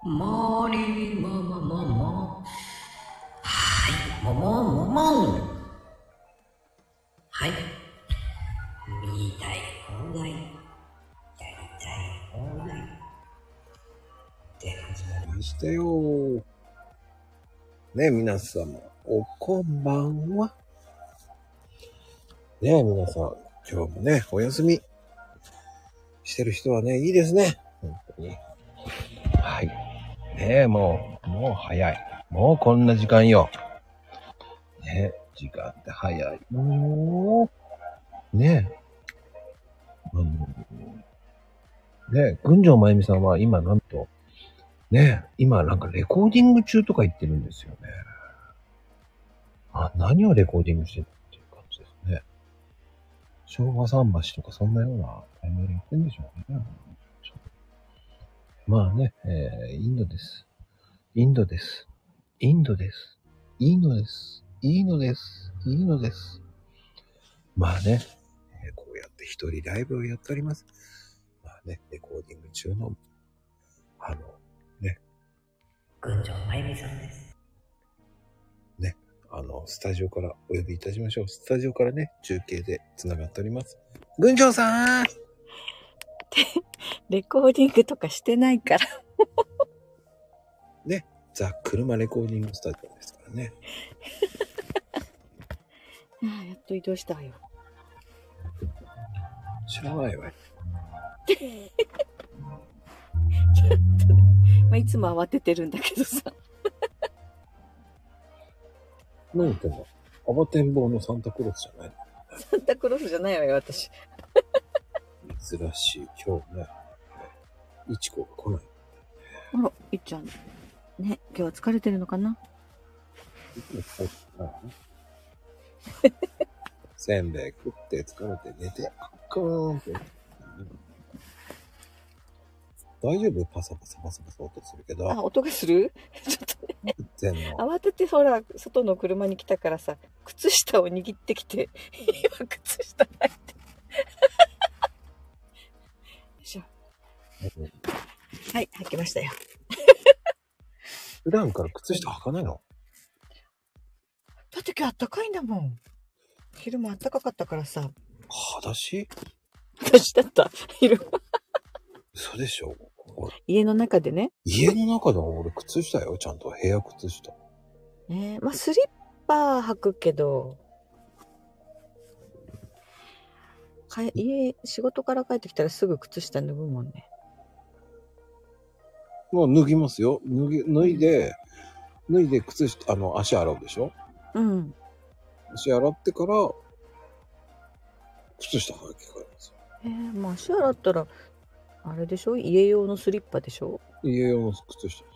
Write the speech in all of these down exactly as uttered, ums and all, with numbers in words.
もりもももも。はい、もももも。はい。見たい放題。やりたい放題。で、始まりましたよ。ね、皆様、おこんばんは。ね、皆さん、今日もね、お休みしてる人はね、いいですね。本当に。はい。ねえ、もう、もう早い。もうこんな時間よ。ねえ、時間って早い。もう、ねえ。あの、ねえ、群青まゆみさんは今なんと、ねえ、今なんかレコーディング中とか言ってるんですよね。あ、何をレコーディングしてるっていう感じですね。昭和桟橋とかそんなようなタイミングで言ってるんでしょうね。まあね、えー、インドです。インドです。インドです。いいのです。いいのです。いいのです。まあね、えー、こうやって一人ライブをやっております。まあね、レコーディング中の、あの、ね。群青まゆみさんです。ね、あの、スタジオからお呼びいたしましょう。スタジオからね、中継で繋がっております。群青さんレコーディングとかしてないから。 ね、ザ・車レコーディングスタジオですからね。 ああ、やっと移動したわよ。 知らないわよ。 ちょっとね。まあ、いつも慌ててるんだけどさ。 何言ってんの？アバテンボーのサンタクロースじゃないの？ サンタクロースじゃないわよ、私。 珍しい。今日ね、いちこが来ない。 あら、いっちゃん。ね、今日は疲れてるのかな？ せんべい食って疲れて寝て、クーンって。大丈夫？パサパサパサパサ音するけど。 あ、音がする？ちょっとね。 全の慌ててほら、外の車に来たからさ、靴下を握ってきて、今靴下履いて。よいしょ。はい、履きましたよ。 普段から靴下履かないの？ だって今日あったかいんだもん。昼間あったかかったからさ。 裸足？ 私だった、昼間。 嘘でしょ？ 家の中でね。 家の中では俺靴下よ、ちゃんと部屋靴下。 ねえ、まあスリッパ履くけど、か家、仕事から帰ってきたらすぐ靴下脱ぐもんね。 まあ脱ぎますよ。脱ぎ、脱いで、脱いで靴下、あの、足洗うでしょ？ うん。 足洗ってから、靴下履き替えますよ。 えー、まあ足洗ったら、あれでしょ？家用のスリッパでしょ？ 家用の靴下です。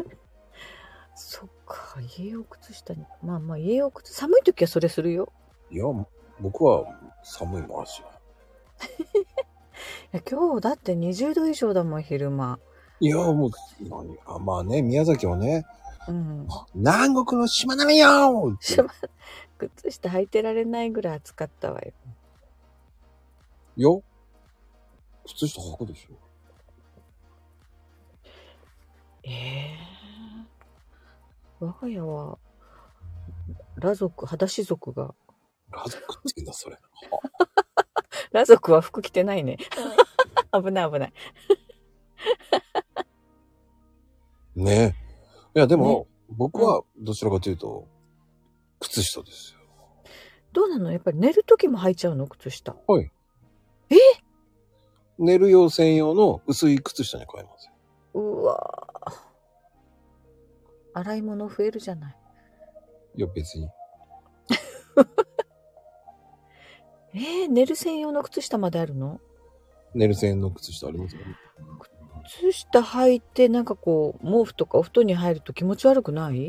そっか、家用靴下に。まあまあ家用靴、寒い時はそれするよ。 いや、僕は寒いもん、足は。 いや今日だってにじゅうど以上だもん、昼間。 いや、もう、何あ、まあね、宮崎はね、 うん。 南国の島並みよー島靴下履いてられないぐらい暑かったわよ。 よ靴下履くでしょ？ ええー。我が家は、裸族、裸足族が。 裸族って言うんだ、それ。 裸族は服着てないね。危ない危ない。 ねえ。いや、でも、 ね、 僕はどちらかというと、靴下ですよ。 どうなの？やっぱり寝るときも履いちゃうの？靴下。 はい。 え？ 寝る用専用の薄い靴下に変えますよ。 うわぁ。洗い物増えるじゃない。 いや、別に。 えー、寝る専用の靴下まであるの？ 寝る専用の靴下ありますよね。 靴下履いてなんかこう毛布とかお布団に入ると気持ち悪くない？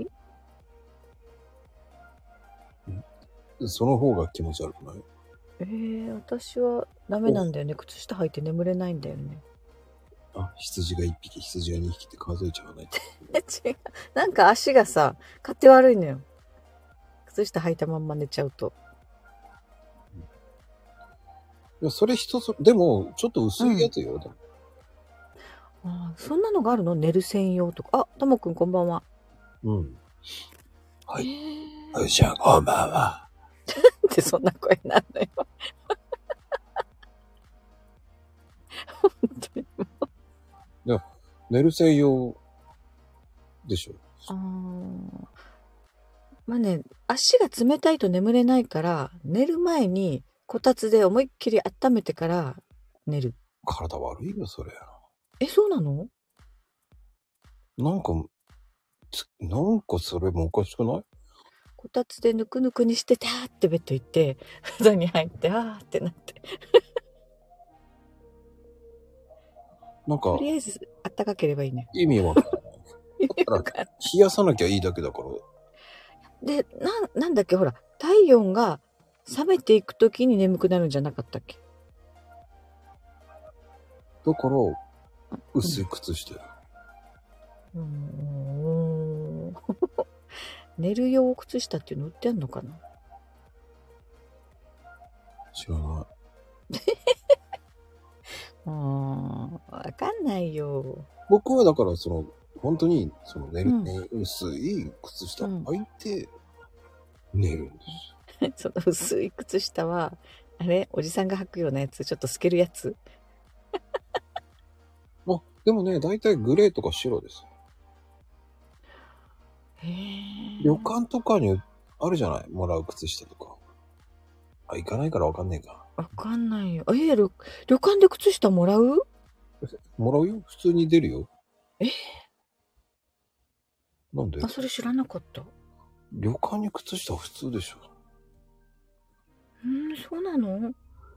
その方が気持ち悪くない？ えー、私はダメなんだよね。靴下履いて眠れないんだよね。 あ、羊が一匹、羊が二匹って数えちゃわないと。 違う。なんか足がさ、勝手悪いのよ。靴下履いたまんま寝ちゃうと。 いや、それ人そ、でも、ちょっと薄いやつよ、うん、でも。 あーそんなのがあるの？寝る専用とか。あ、ともくんこんばんは。 うん。はい。 えー、 ふーちゃんこんばんは。 なんでそんな声なんだよ。本当に。 いや、寝る専用でしょ。 あーまあね、足が冷たいと眠れないから、寝る前にこたつで思いっきり温めてから寝る。 体悪いよ、それ。 え、そうなの？ なんか、つなんかそれもおかしくない？ こたつでぬくぬくにしてたーってベッド行って、布団に入って、あーってなって。 なんか、 とりあえず、あったかければいいね。 意味わかんない。だったら、冷やさなきゃいいだけだから。 で、な、なんだっけ、ほら、体温が冷めていくときに眠くなるんじゃなかったっけ？ だから、薄い靴下よ。 うーん。寝る用靴下っていうの売ってんのかな？ 知らない。 うーん、わかんないよ。 僕はだから、その、本当に、その寝る、 うんね薄い靴下うん履いて、寝るんです。 その薄い靴下は、あれおじさんが履くようなやつ、ちょっと透けるやつ。 あ、でもね、大体グレーとか白です。 へー旅館とかにあるじゃない、もらう靴下とか。あ、行かないからわかんねえか。 わかんないよ。え、旅、旅館で靴下もらう？ もらうよ。普通に出るよ。 えなんで？ あ、それ知らなかった。 旅館に靴下普通でしょ。 うーん、そうなの？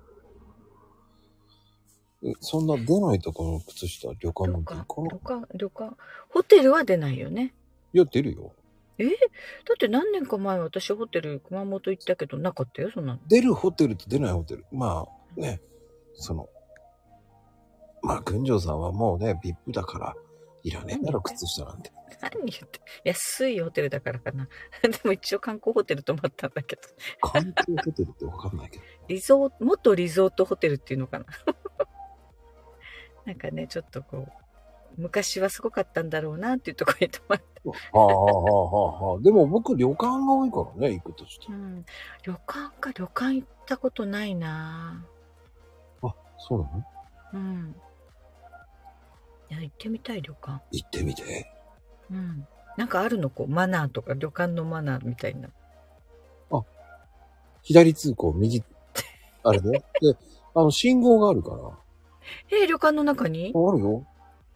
え、そんな出ないとこの靴下、旅館旅なんて館、 行かない？ 旅館、旅館。ホテルは出ないよね。 いや、出るよ。 えだって何年か前私ホテル熊本行ったけどなかったよ、そんなの。 出るホテルと出ないホテル。まあ、ね、その、まあ、群青さんはもうね、ビップ だから、いらねえだろ、靴下なんて。 何言って。安いホテルだからかな。でも一応観光ホテル泊まったんだけど。 環境ホテルってわかんないけど。 リゾート、元リゾートホテルっていうのかな。なんかね、ちょっとこう、昔はすごかったんだろうなっていうところに泊まって。 はあはあはあはあ。でも僕、旅館が多いからね、行くとして。 うん。旅館か、旅館行ったことないな。 あ、そうなの？ うん。いや、行ってみたい旅館。 行ってみて。 うん。なんかあるのこう、マナーとか、旅館のマナーみたいな。 あ、左通行、右、あれね。で、あの、信号があるから。 え、旅館の中に？ あるよ。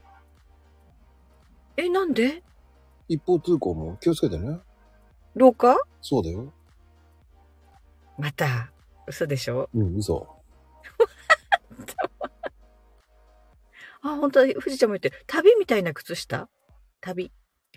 え、なんで？ 一方通行も気をつけてね。 廊下？ そうだよ。 また、嘘でしょ？ うん、嘘。 あ、本当だ。富士ちゃんも言ってる。旅みたいな靴下？旅。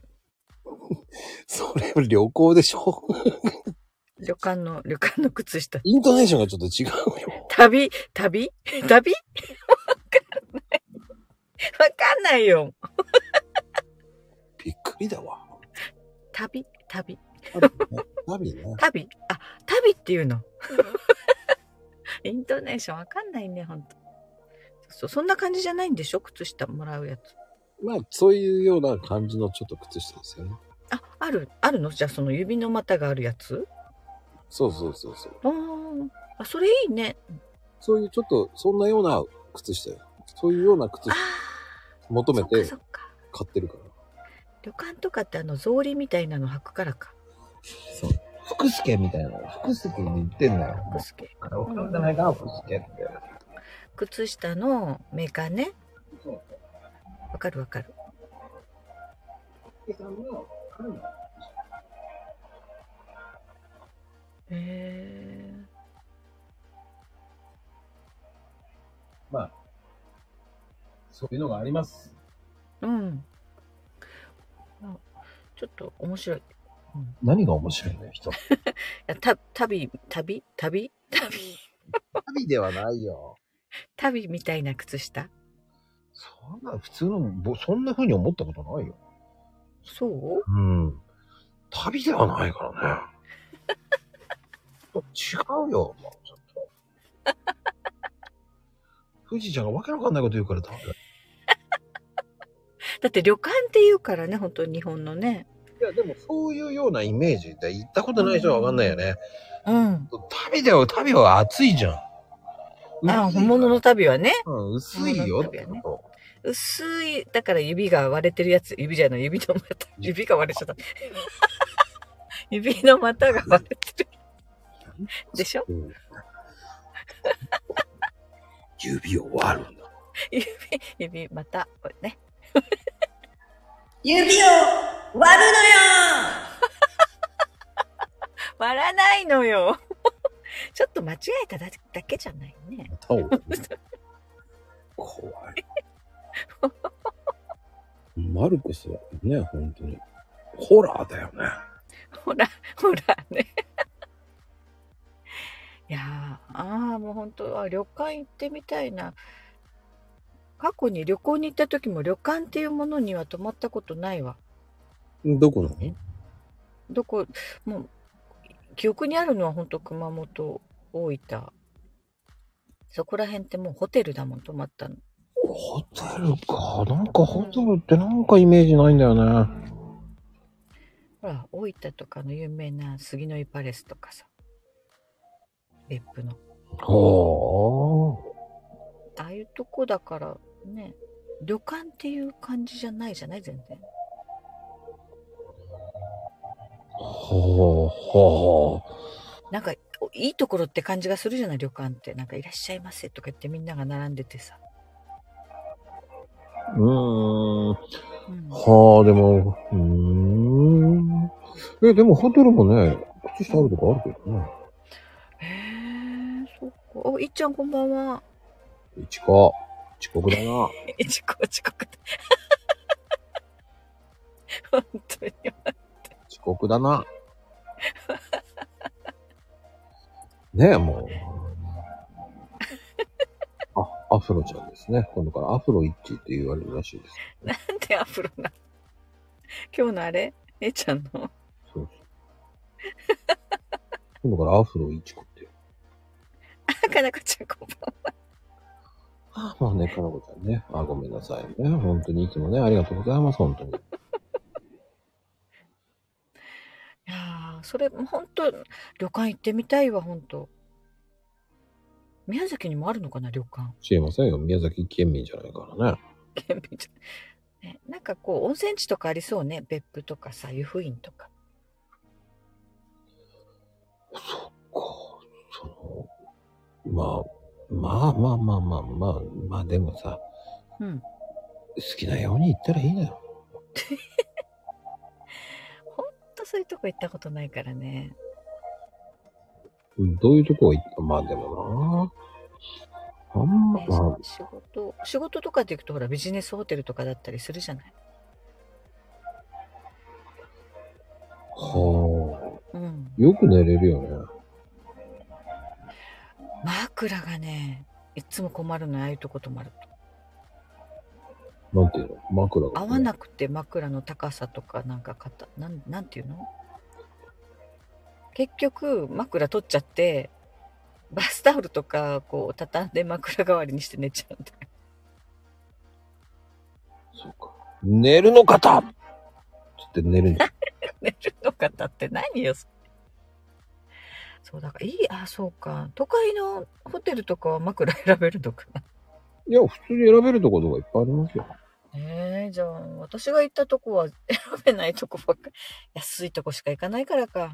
それは旅行でしょ？ 旅館の、旅館の靴下。 イントネーションがちょっと違うよ。 旅旅旅わかんない。わかんないよ。 びっくりだわ。 旅旅。 旅ね。 旅あ、旅っていうの。イントネーションわかんないね、ほんと。そう、そんな感じじゃないんでしょ？靴下もらうやつ。 まあ、そういうような感じのちょっと靴下ですよね。 あ、ある、あるの？じゃあその指の股があるやつ？ そうそうそうそう。 あーあ、それいいね。 そういうちょっと、そんなような靴下よ。そういうような靴あ下あ、 求めてそっかそっか。 買ってるから。 旅館とかってあの草履みたいなの履くからか。 そう。福助みたいなの。福助に言ってんだよ。 福助。 わかんないかな、福助って。 靴下のメーカーね。わかるわかる。へえ。 まあ、そういうのがあります。 うん。あちょっと面白い。うん、い何が面白いのよ、人。 やた旅、旅旅旅旅ではないよ。 旅みたいな靴下？ そんな、普通の、ぼそんな風に思ったことないよ。 そううん。旅ではないからね。違うよ、もうちょっと。富士ちゃんがわけわかんないこと言うからダメだよ。 だって旅館って言うからね、本当に日本のね。 いや、でもそういうようなイメージで行ったことない人はわかんないよね。 うん。 旅では、旅は暑いじゃん。 あ、本物の旅はね。 うん、薄いよってね、 こと。 薄い、だから指が割れてるやつ、指じゃない、指の股、指が割れちゃった。指の股が割れてる。でしょ、うん、 指を割るんだ。 指、指、また、これね。 指を割るのよ割らないのよ。ちょっと間違えただけじゃないね。 怖い。マルクスはね、本当に。ホラーだよね。 ホラー、ホラーね。いやー、ああ、もう本当は旅館行ってみたいな。過去に旅行に行った時も旅館っていうものには泊まったことないわ。 どこなの？ どこ、もう、記憶にあるのは本当熊本、大分。そこら辺ってもうホテルだもん、泊まったの。 ホテルか。なんかホテルってなんかイメージないんだよね。うん、 ほら、大分とかの有名な杉の井パレスとかさ。別府の。 はあ。ああいうとこだからね、旅館っていう感じじゃないじゃない全然。 はあはあ。 なんかいいところって感じがするじゃない旅館って。なんかいらっしゃいませとか言ってみんなが並んでてさ。 うーん。うん、はあ、でも、うーん。え、でもホテルもね、靴下あるとこあるけどね。 へえ、そっか。お、いっちゃんこんばんは。 いちか。遅刻だな。 いちこ遅刻だ。本当に。 遅刻だな。ねえ、もう。あ、アフロちゃんですね。今度からアフロイッチって言われるらしいです。 なんでアフロな？今日のあれ？えちゃんの？そうそう。 今度からアフロイッチコって。 あ、かなこちゃんこんばんは。 あ、まあね、かなこちゃんね。あ、ごめんなさいね。本当にいつもね、ありがとうございます、本当に。いやー、それ、本当旅館行ってみたいわ、本当。宮崎にもあるのかな、旅館。 知りませんよ。宮崎県民じゃないからね。 県民じゃね。なんかこう、温泉地とかありそうね。別府とかさ、湯布院とか。 そっか。その、まあ、まあまあまあまあまあ、まあでもさ、うん。好きなように行ったらいいのよ。 ほんとそういうとこ行ったことないからね。 どういうとこ行った？まあでもな。あんま、 ね、まあ、仕事、仕事とかって行くとほらビジネスホテルとかだったりするじゃない。 はあ、うん。よく寝れるよね。 枕がね、いつも困るの、ああいうとこ泊まると。なんていうの？枕が、 ね。合わなくて枕の高さとかなんか肩、なん、なんていうの？結局枕取っちゃって、バスタオルとかこう畳んで枕代わりにして寝ちゃうんだよ。 そうか。寝るの方って寝るんだ。 寝るの方って何よ。そうだからいい、あ、そうか。都会のホテルとかは枕選べるのかな。 いや、普通に選べるところがいっぱいありますよ。 えー、じゃあ私が行ったとこは選べないとこばっかり。安いとこしか行かないからか。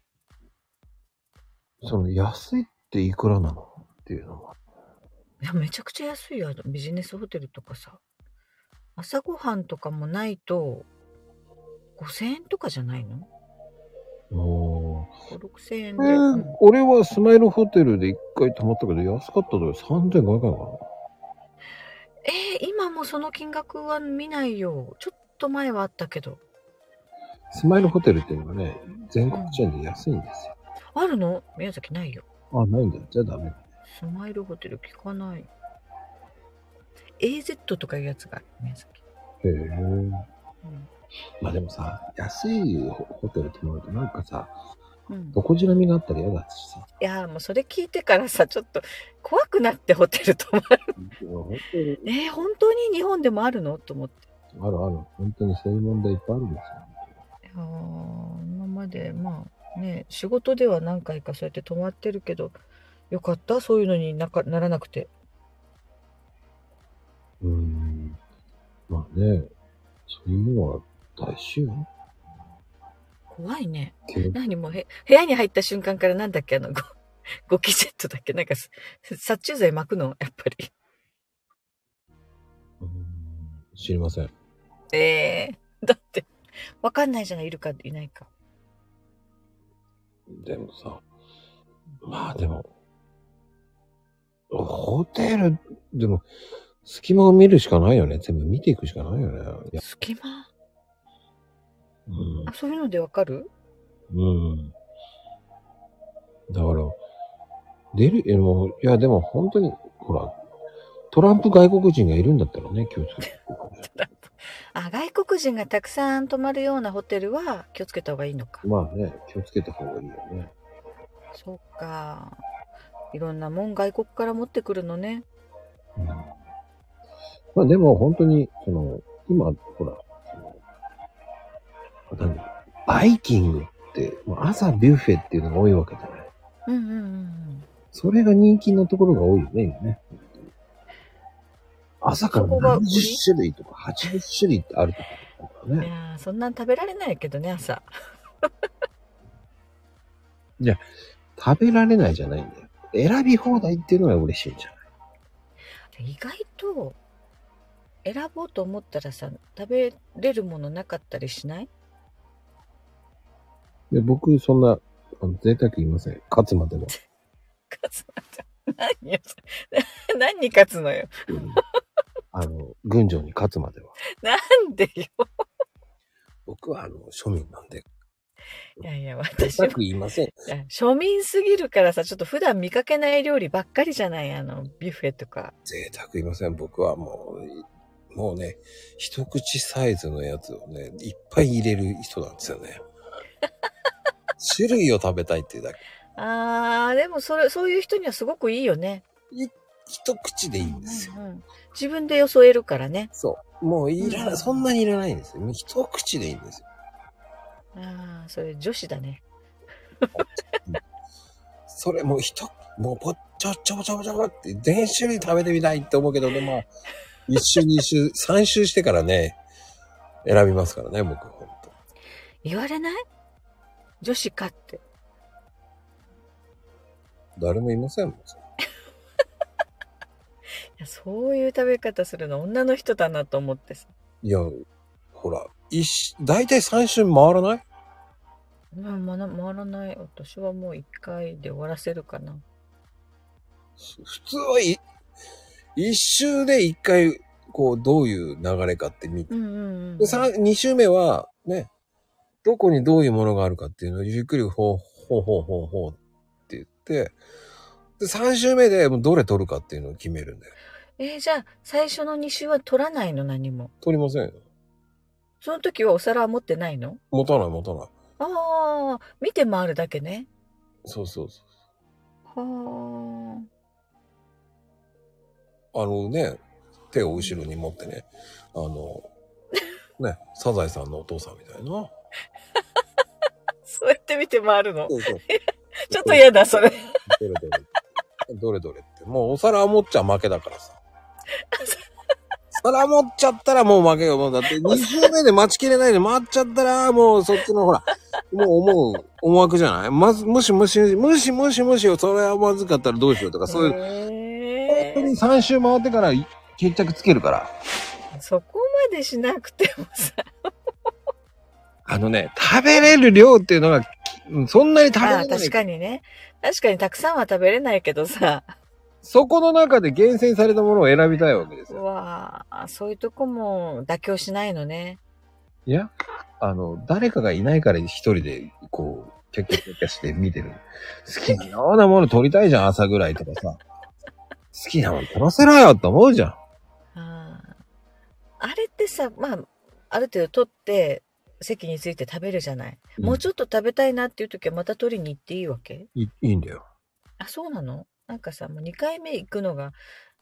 その安いっていくらなのっていうのは。 いや、めちゃくちゃ安いよ。ビジネスホテルとかさ。朝ごはんとかもないとごせんえんとかじゃないの？ おー。ろくせんえんで、 えーうん。俺はスマイルホテルで一回泊まったけど安かったとさんぜんごひゃくえんかな。 えー、今もその金額は見ないよ。ちょっと前はあったけど。 スマイルホテルっていうのはね、全国チェーンで安いんですよ。 うん、あるの？宮崎ないよ。 あ、ないんだ。じゃあダメ。 スマイルホテル聞かない。エーゼット とかいうやつがある、宮崎。 へえ、うん。まあでもさ、安いホテル泊まるとなんかさ、うん、どこじらみがあったら嫌だしさ。 いやーもうそれ聞いてからさ、ちょっと怖くなってホテル泊まる。えー、本当に日本でもあるのと思って。 あるある。本当にそういう問題いっぱいあるんですいやー今まで、まあね、仕事では何回かそうやって止まってるけど、よかった、そういうのになかならなくて。 よ。うーん。まあね、そういうのは大事よ。 怖いね。 けど、 何もうへ部屋に入った瞬間からなんだっけ、あの、ごゴキジェットだっけ、なんかす殺虫剤巻くのやっぱり。 うーん、知りません。 ええだって、わかんないじゃない、いるかいないか。 でもさ、まあでも、ホテル、でも、隙間を見るしかないよね。全部見ていくしかないよね。いや、 隙間うんあ、。そういうのでわかる？ うん。だから、出る、え、もう、いや、でも本当に、ほら、トランプ外国人がいるんだったらね、気をつけて。 あ、外国人がたくさん泊まるようなホテルは気をつけた方がいいのか。 まあね、気をつけた方がいいよね。 そうか。いろんなもん外国から持ってくるのね。 うん、まあでも本当に、その、今、ほら、その、何バイキングって、もう朝ビュッフェっていうのが多いわけじゃない。 うんうんうんうん。 それが人気のところが多いよね、今ね。朝からそこが売り何十種類とかはちじゅっ種類ってあるところだからいね。 やーそんなん食べられないけどね、朝。 いや、食べられないじゃないんだよ。選び放題っていうのが嬉しいんじゃない？ 意外と選ぼうと思ったらさ、食べれるものなかったりしない？ で僕、そんな、あの贅沢言いません。勝つまでも。 勝つまで。何よ。何に勝つのよ。 うんあの、群青に勝つまでは。 なんでよ。 僕は、あの、庶民なんで、 いやいや、 贅私も沢言いません。 いや庶民すぎるからさ、ちょっと普段見かけない料理ばっかりじゃない、あの、ビュッフェとか。 贅沢言いません。僕はもう、もうね、一口サイズのやつをね、いっぱい入れる人なんですよね。種類を食べたいっていうだけ。 あー、でもそれ、そういう人にはすごくいいよね。 い一口でいいんですよ。 うんうん自分でよそえるからね。 そう。もういらない、 うんそんなにいらないんですよ。もう一口でいいんですよ。 あー、それ女子だね。 それもう一、もうぽっちょちょぼちょぼちょぼって全種類食べてみたいって思うけど、でも、一周、二周、三周してからね、選びますからね、僕、ほんと。 言われない？女子かって。 誰もいませんもん。 いやそういう食べ方するの女の人だなと思ってさ。 いや、ほら、一周、だいたい三周回らない？ まあ、まな回らない。私はもう一回で終わらせるかな。 普通はい一周で一回、こう、どういう流れかって見て、 うんうんうん。 で三二周目は、ね、どこにどういうものがあるかっていうのをゆっくりほう、ほうほうほうほうって言って、で、三周目でもうどれ取るかっていうのを決めるんだよ。 えーじゃあ、最初のに週は取らないの？何も。 取りませんよ。 その時はお皿は持ってないの？ 持たない持たない。 ああ、見て回るだけね。 そうそうそはう。あのね、手を後ろに持ってね、あの、ね、サザエさんのお父さんみたいな。 あ。そうやって見て回るの？ そうそう。 ちょっと嫌だ、それ。 どれどれ。どれどれって。もうお皿持っちゃ負けだからさ。皿持っちゃったらもう負けよ。もうだってに周目で待ちきれないで回っちゃったら、もうそっちのほら、もう思う思惑じゃないまず、もしもし、もしもしもし、それはまずかったらどうしようとか、そういう、 へ本当にさん周回ってから決着つけるから。 ーそこまでしなくてもさ。 あのね、食べれる量っていうのが、うんそんなに食べれああ、 ない。 確かにね。確かにたくさんは食べれないけどさ。 そこの中で厳選されたものを選びたいわけですうよ。 わあ、そういうとこも妥協しないのね。 いや、あの、誰かがいないから一人で、こう、キャッキャキャッキャして見てる。好きなようなもの撮りたいじゃん、朝ぐらいとかさ。好きなもの撮らせろよって思うじゃん。 あああれってさ、まあ、ある程度取って席について食べるじゃない。 うんもうちょっと食べたいなっていう時はまた取りに行っていいわけ？ いいいんだよ。 あ、そうなの？なんかさ、もうにかいめ行くのが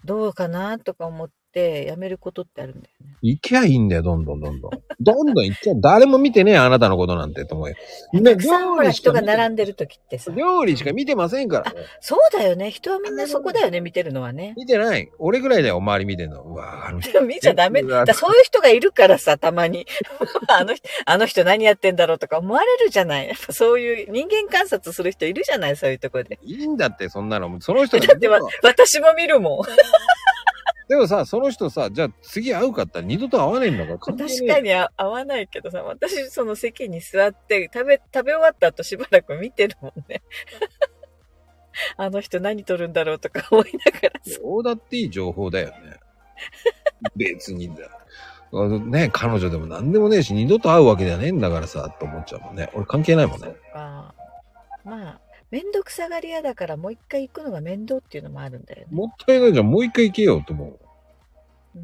どうかなとか思ってやめることってあるんだよね。 行きゃいいんだよ、どんどんどんどん。どんどん行っちゃう。誰も見てねえ、あなたのことなんて、と思うよ。 たくさんほら人が並んでる時ってさ。 料理しか見てませんからね。 そうだよね。人はみんなそこだよね、見てるのはね。 見てない。俺ぐらいだよ、周り見てんの。うわぁ、あの人。 でも見ちゃダメ。だそういう人がいるからさ、たまに。あの人、あの人何やってんだろうとか思われるじゃない。やっぱそういう人間観察する人いるじゃない、そういうところで。 いいんだって、そんなの。その人が。 だってわ私も見るもん。 でもさ、その人さ、じゃあ次会うかったら二度と会わないんだから。 確かに合わないけどさ、私その席に座って食べ、食べ終わった後しばらく見てるもんね。あの人何撮るんだろうとか思いながらさ。 どうだっていい情報だよね。別にだ。ね、彼女でも何でもねえし、二度と会うわけじゃねえんだからさ、と思っちゃうもんね。俺関係ないもんね。 そうか。まあ、めんどくさがり屋だからもう一回行くのが面倒っていうのもあるんだよね。 もったいないじゃん。もう一回行けよと思う。 うん。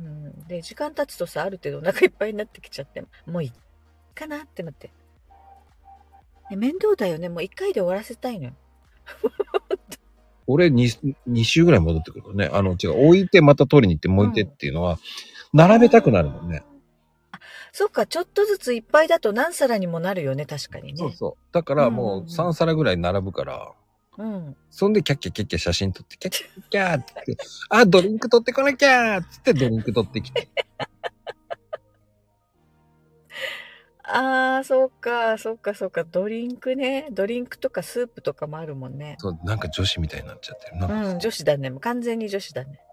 で、時間経つとさ、ある程度お腹いっぱいになってきちゃって、もういいかなってなって。ね、面倒だよね。もう一回で終わらせたいのよ。 俺に、二週ぐらい戻ってくるからね。あの、違う、置いてまた取りに行って、もう一てっていうのは、並べたくなるもんね。 そっか、ちょっとずついっぱいだと何皿にもなるよね、確かにね。 そうそう。だからもうさん皿ぐらい並ぶから、 うん。 そんでキャッキャキャッキャ写真撮って、キャッキャキャーって、あ、ドリンク取ってこなきゃーっつってドリンク取ってきて。 ああ、そうか、そうか、そうか。ドリンクね。ドリンクとかスープとかもあるもんね。 そう、なんか女子みたいになっちゃってる。なんかうん、女子だね。もう完全に女子だね。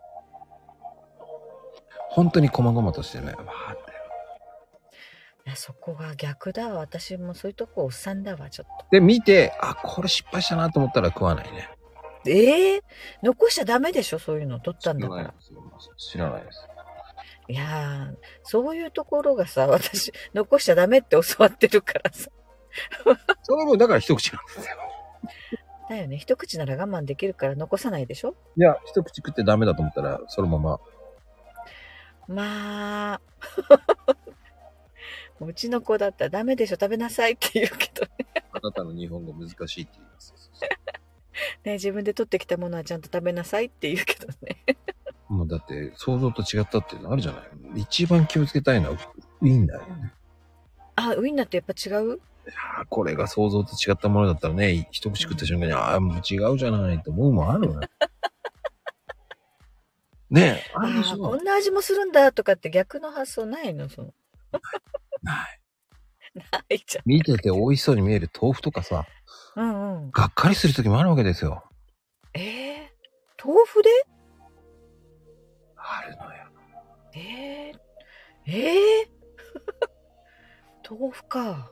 本当に細々としてね。わーって。 いや、そこが逆だわ。私もそういうとこおっさんだわ、ちょっと。 で、見て、あ、これ失敗したなと思ったら食わないね。 ええー、残しちゃダメでしょ、そういうの。取ったんだから。 知らないです。 いやー、そういうところがさ、私、残しちゃダメって教わってるからさ。 それもだから一口なんですよ。 だよね。一口なら我慢できるから残さないでしょ？ いや、一口食ってダメだと思ったら、そのまま。 まあ、うちの子だったらダメでしょ、食べなさいって言うけどね。 あなたの日本語難しいって言います。 ね、自分で取ってきたものはちゃんと食べなさいって言うけどね。 もうだって想像と違ったっていうのあるじゃない。一番気をつけたいのはウインナーよね。 あ、ウインナーってやっぱ違う？ いやこれが想像と違ったものだったらね、一口食った瞬間に、ああ、もう違うじゃないと思うもんあるよね。ねえ、 ああ、こんな味もするんだとかって逆の発想ないの？そのない。 ないじゃん。 見てて美味しそうに見える豆腐とかさ、 うんうん。 がっかりする時もあるわけですよ。 ええー、豆腐で？ あるのよ。 ええー、ええー、豆腐か。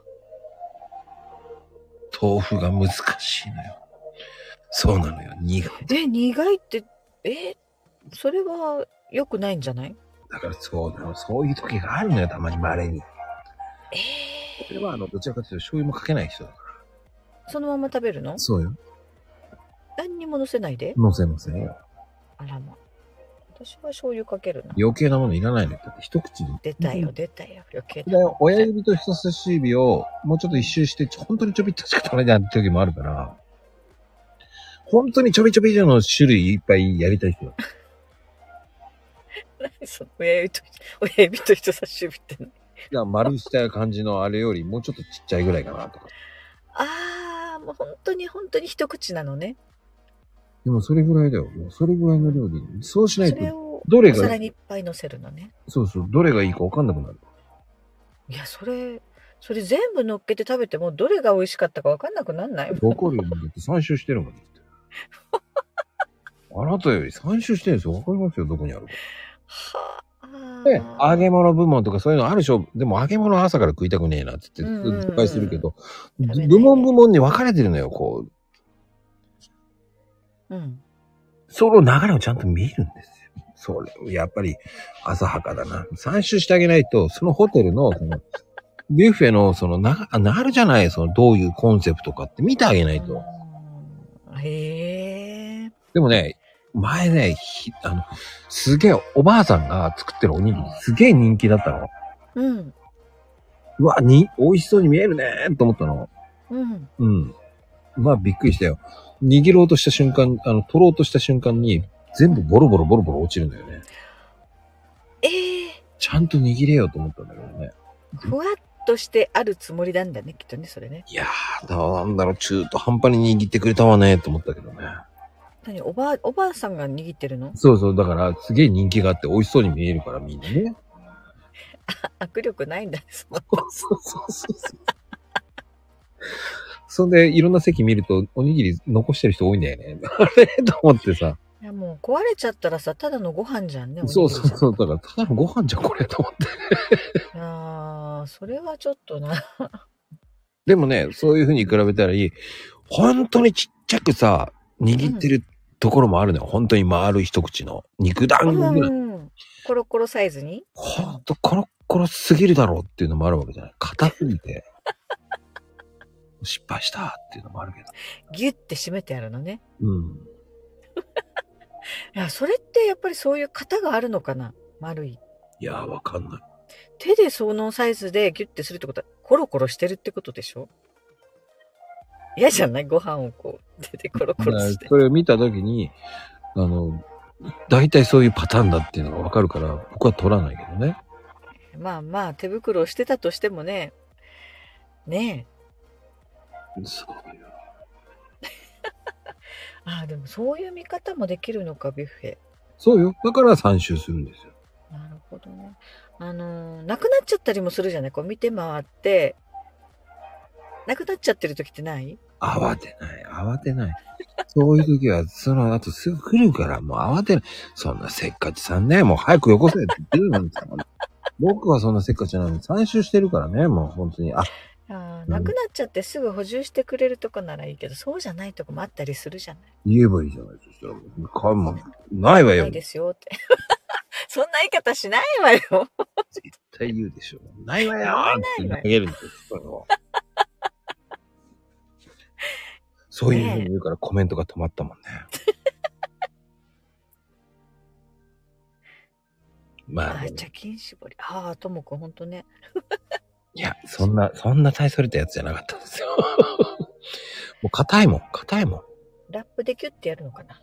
豆腐が難しいのよ。そうなのよ。苦い。 え、苦いって、えー、それは良くないんじゃない？ だからそうなの。そういう時があるのよ、たまに稀に。 ええー。 それはあの、どちらかというと醤油もかけない人だから。 そのまま食べるの？ そうよ。 何にも乗せないで？ 乗せませんよ。 あらま。私は醤油かけるな。 余計なものいらないのよ。だって一口に。 出たよ、出たよ。余計だよ。親指と人差し指をもうちょっと一周して、本当にちょびっとしか取れないって時もあるから、本当にちょびちょび以上の種類いっぱいやりたい人だ。 何その親指と、親指と人差し指って何？ いや、丸した感じのあれよりもうちょっとちっちゃいぐらいかなとか。 あー、もう本当に本当に一口なのね。 でもそれぐらいだよ。もうそれぐらいの量でいい。そうしないと、 どれが、お皿にいっぱい乗せるのね。 そうそう、どれがいいか分かんなくなる。 いや、それ、それ全部乗っけて食べてもどれが美味しかったか分かんなくなんないもん。 分かるよ。だってさん周してるもん。あなたよりさん周してるんですよ。分かりますよ、どこにあるか。 はあ。 で、揚げ物部門とかそういうのあるでしょ。でも揚げ物朝から食いたくねえなって言って失敗するけど、うんうんうん、部門部門に分かれてるのよ、こう。 うん。 その流れをちゃんと見るんですよ。それ、やっぱり浅はかだな。さん周してあげないと、そのホテルの、その、ビュッフェの、その、な、なるじゃない、その、どういうコンセプトかって見てあげないと。 へえ。 でもね、前ね、ひ、あの、すげえ、おばあさんが作ってるおにぎり、すげえ人気だったの。 うん。 うわ、に、美味しそうに見えるねーと思ったの。 うん。 うん。まあ、びっくりしたよ。握ろうとした瞬間、あの、取ろうとした瞬間に、 全部ボロボロボロボロ落ちるんだよね。 ええちゃんと握れようと思ったんだけどね。 ー、ふわっとしてあるつもりなんだね、きっとね、それね。 いやー、なんだろう、中途半端に握ってくれたわね、と思ったけどね。 何、おばあ、おばあさんが握ってるの？ そうそう、だから、すげえ人気があって美味しそうに見えるから、みんなね。 握力ないんだね、そのそうそうそうそう。そんで、いろんな席見ると、おにぎり残してる人多いんだよね。あれと思ってさ。 いや、もう壊れちゃったらさ、ただのご飯じゃんね、おにぎそうりじゃん。 そうそう。だから、ただのご飯じゃん、これ、と思って。 ああ、それはちょっとな。 でもね、そういう風に比べたらいい。本当にちっちゃくさ、握ってるところもあるのよ。本当に丸い一口の。肉団子ぐらい。 うん。コロコロサイズに？ ほんとコロッコロすぎるだろうっていうのもあるわけじゃない。硬すぎて。失敗したっていうのもあるけど。 ギュッて締めてあるのね。 うん。 いや、それってやっぱりそういう型があるのかな？丸い。 いやー、わかんない。 手でそのサイズでギュッてするってことは、コロコロしてるってことでしょ？嫌じゃない？ご飯をこう、手でコロコロして。 それを見たときに、あの、大体そういうパターンだっていうのがわかるから、僕は取らないけどね。 まあまあ、手袋をしてたとしてもね、ねえ。 そうよ。 ああ、でもそういう見方もできるのか、ビュッフェ。 そうよ。だからさん周するんですよ。 なるほどね。あのー、なくなっちゃったりもするじゃない？こう見て回って、なくなっちゃってる時ってない？ 慌てない、慌てない。そういう時は、その後すぐ来るから、もう慌てない。そんなせっかちさんね、もう早くよこせって言ってるのにさ。僕はそんなせっかちなのにさん周してるからね、もう本当に。あ、 ああ、なくなっちゃってすぐ補充してくれるとこならいいけど、そうじゃないとこもあったりするじゃない？ 言えばいいじゃない。そしたら、買うもんないわよ。 ないですよって。そんな言い方しないわよ。 絶対言うでしょ。ないわよーって投げるんですよ。それをそういうふうに言うからコメントが止まったもんね。まあ、 あ、茶巾絞り。ああ、ともくんほんとね。 いや、そんな、そんな大それたやつじゃなかったんですよ。もう硬いもん、硬いもん。 ラップでキュッてやるのかな。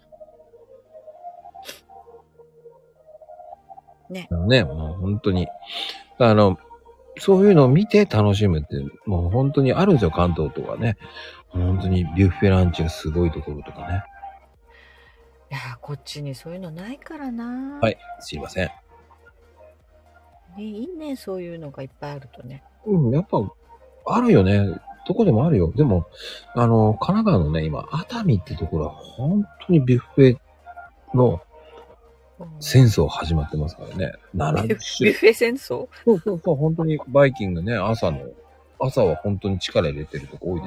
ね。 ね、もう本当に。あの、そういうのを見て楽しむって、もう本当にあるんですよ、関東とかね。本当にビュッフェランチがすごいところとかね。 いやー、こっちにそういうのないからな。 はい、すいません。 ね、いいね、そういうのがいっぱいあるとね。 うん、やっぱ、あるよね。どこでもあるよ。でも、あの、神奈川のね、今、熱海ってところは、本当にビュッフェの戦争始まってますからね。ななじゅっ種類。 ビュッフェ戦争？ そうそうそう、本当にバイキングね、朝の、朝は本当に力入れてるとこ多いです。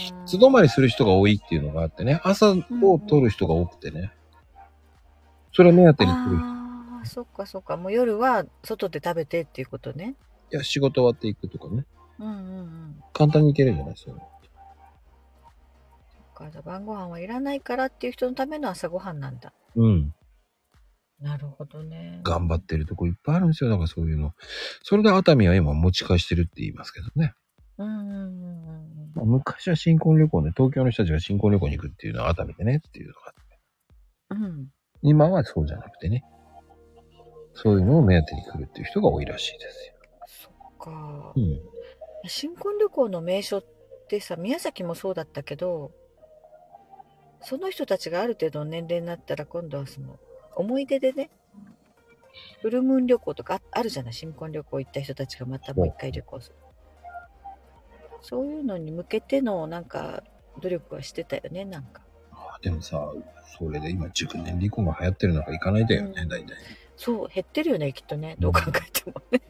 素泊まりする人が多いっていうのがあってね、朝を取る人が多くてね。それ目当てに来る人。 ああ、そっかそっか。もう夜は外で食べてっていうことね。 いや、仕事終わっていくとかね。 うんうんうん。 簡単に行けるじゃないですか。 そっか、晩ご飯はいらないからっていう人のための朝ごはんなんだ。 うん。 なるほどね。 頑張ってるとこいっぱいあるんですよ。なんかそういうの。それで熱海は今持ち返してるって言いますけどね。 うんうんうんうん。 まあ、昔は新婚旅行ね、東京の人たちが新婚旅行に行くっていうのは熱海でねっていうのがあって。 うん。 今はそうじゃなくてね。そういうのを目当てに来るっていう人が多いらしいですよ。 そっか。 うん。 新婚旅行の名所ってさ、宮崎もそうだったけど、その人たちがある程度の年齢になったら今度はその思い出でね、フルムーン旅行とかあるじゃない？新婚旅行行った人たちがまたもう一回旅行する。そういうのに向けてのなんか努力はしてたよね、なんか。 あでもさ、それで今熟年離婚が流行ってる中行かないだよね、 うん、 大体。 そう、減ってるよね、きっとね。どう考えてもね。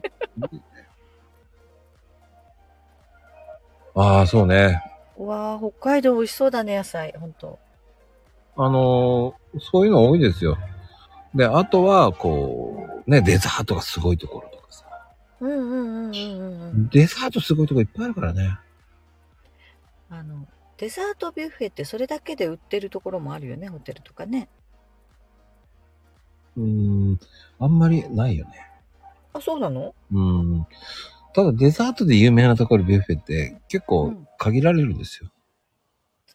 ああ、そうね。 うわー、北海道美味しそうだね、野菜、ほんと。 あのー、そういうの多いですよ。で、あとは、こう、ね、デザートがすごいところとかさ。 うんうんうんうんうんうん。 デザートすごいところいっぱいあるからね。 あの、デザートビュッフェってそれだけで売ってるところもあるよね、ホテルとかね。 うーん、あんまりないよね。 あ、そうなの？ うん。ただデザートで有名なところビュッフェって結構限られるんですよ。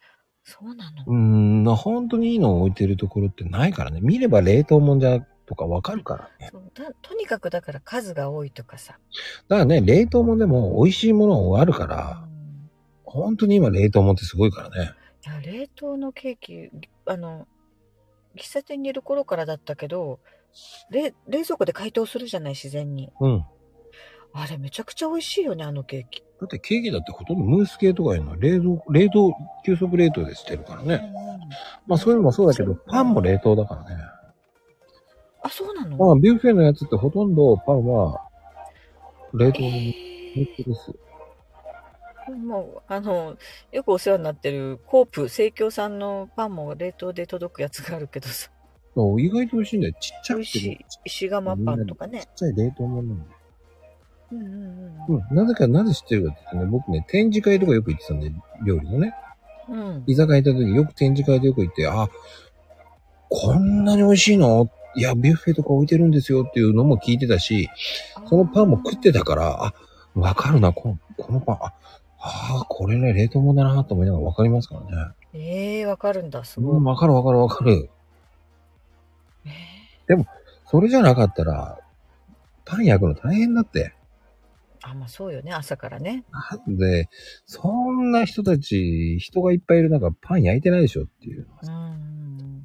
そうなの。 うーん、まあ本当にいいのを置いてるところってないからね。見れば冷凍もんじゃとかわかるからね。 そうだとにかくだから数が多いとかさ。 だからね、冷凍もんでも美味しいものがあるかうら、 ん、 本当に今冷凍もんってすごいからね。 いや冷凍のケーキ、あの、喫茶店にいる頃からだったけど、冷冷蔵庫で解凍するじゃない、自然に。 うん。 あれめちゃくちゃ美味しいよね、あのケーキ。 だってケーキだってほとんどムース系とかいうのは冷凍、冷凍、急速冷凍でしてるからね。 うんうん、 まあそういうのもそうだけど、パンも冷凍だからね。 あ、そうなの？ まあビュッフェのやつってほとんどパンは冷凍の、 え冷凍ですよ。 ー、もう、あの、よくお世話になってるコープ、生協さんのパンも冷凍で届くやつがあるけどさ。 そう意外と美味しいんだよ。ちっちゃくて、 美味しい。石窯パンとかねちっ。ちゃい冷凍ものなんだよ。 うんうんうん。 うん。なぜか、なぜ知ってるかって言ってね、僕ね、展示会とかよく行ってたんで、料理のね。 うん。 居酒屋行った時、よく展示会でよく行って、あ、こんなに美味しいの？いや、ビュッフェとか置いてるんですよっていうのも聞いてたし、そのパンも食ってたから、あ、わかるな、この、このパン、あ、ああ、これね、冷凍もんだなと思いながらわかりますからね。 ええー、わかるんだ、すごい。 うん、わかるわかるわかる。 えでも、それじゃなかったら、パン焼くの大変だって。 ー、あ、まあそうよね、朝からね。 なんで、そんな人たち、人がいっぱいいる中、パン焼いてないでしょっていう。 うんうんうん。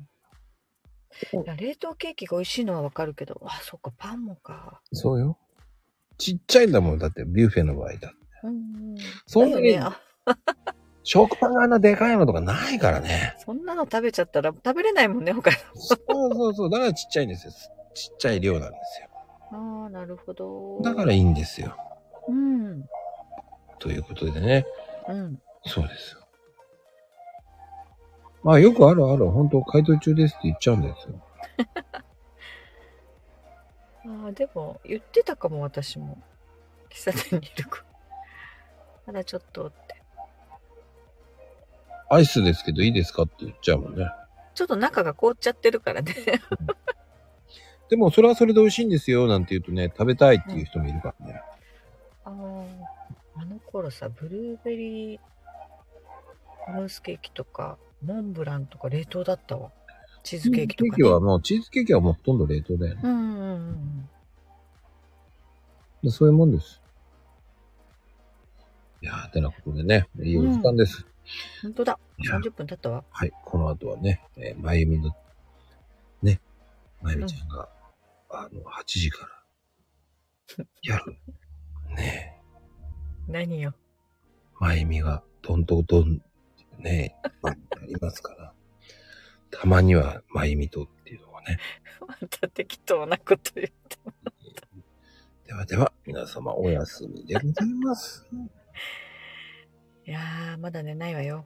いや冷凍ケーキが美味しいのはわかるけど、あ、そっか、パンもか。 そうよ。ちっちゃいんだもん、だってビュッフェの場合だ。 うんうん。 そんなにだよね、あ、 食パンがあんなでかいのとかないからね。 そんなの食べちゃったら食べれないもんね、他そうそうそう。だからちっちゃいんですよ。ちっちゃい量なんですよ。 の。ああ、なるほど。 だからいいんですよ。 うん。 ということでね。 うん。 そうですよ。まあよくあるある、本当解凍中ですって言っちゃうんですよ。 ああ、でも、言ってたかも、私も。喫茶店にいる子。まだちょっとって。 アイスですけどいいですかって言っちゃうもんね。 ちょっと中が凍っちゃってるからね。 でもそれはそれで美味しいんですよなんて言うとね、食べたいっていう人もいるからね。 ああ、あの頃さ、ブルーベリームースケーキとか、モンブランとか冷凍だったわ。チーズケーキとかね。 チーズケーキはもう、チーズケーキはもうほとんど冷凍だよね。 うんうんうんでそういうもんです。いやー、てなことでね、いいお時間です。 うん。ほんとだ。 いやさんじゅっぷん経ったわ。 はい、この後はね、えーまゆみの、ね、まゆみちゃんが、あの、はちじから、やる。ね何よ。 まゆみが、どんとどん、ね、ありますから。たまには、まゆみとっていうのがね。 また適当なこと言って。 ではでは、皆様おやすみでございます。 いやー、まだ寝ないわよ。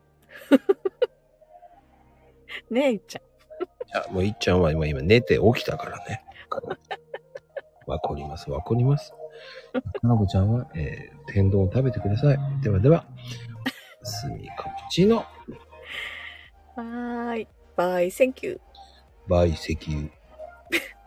ねえ、いっちゃん。 いや、もういっちゃんは今、今寝て起きたからね。わかります、わかります。かなこちゃんは、えー、天丼を食べてください。ではでは、すみカプチーノ、 はーい。バイ、センキュー。 バイ石油。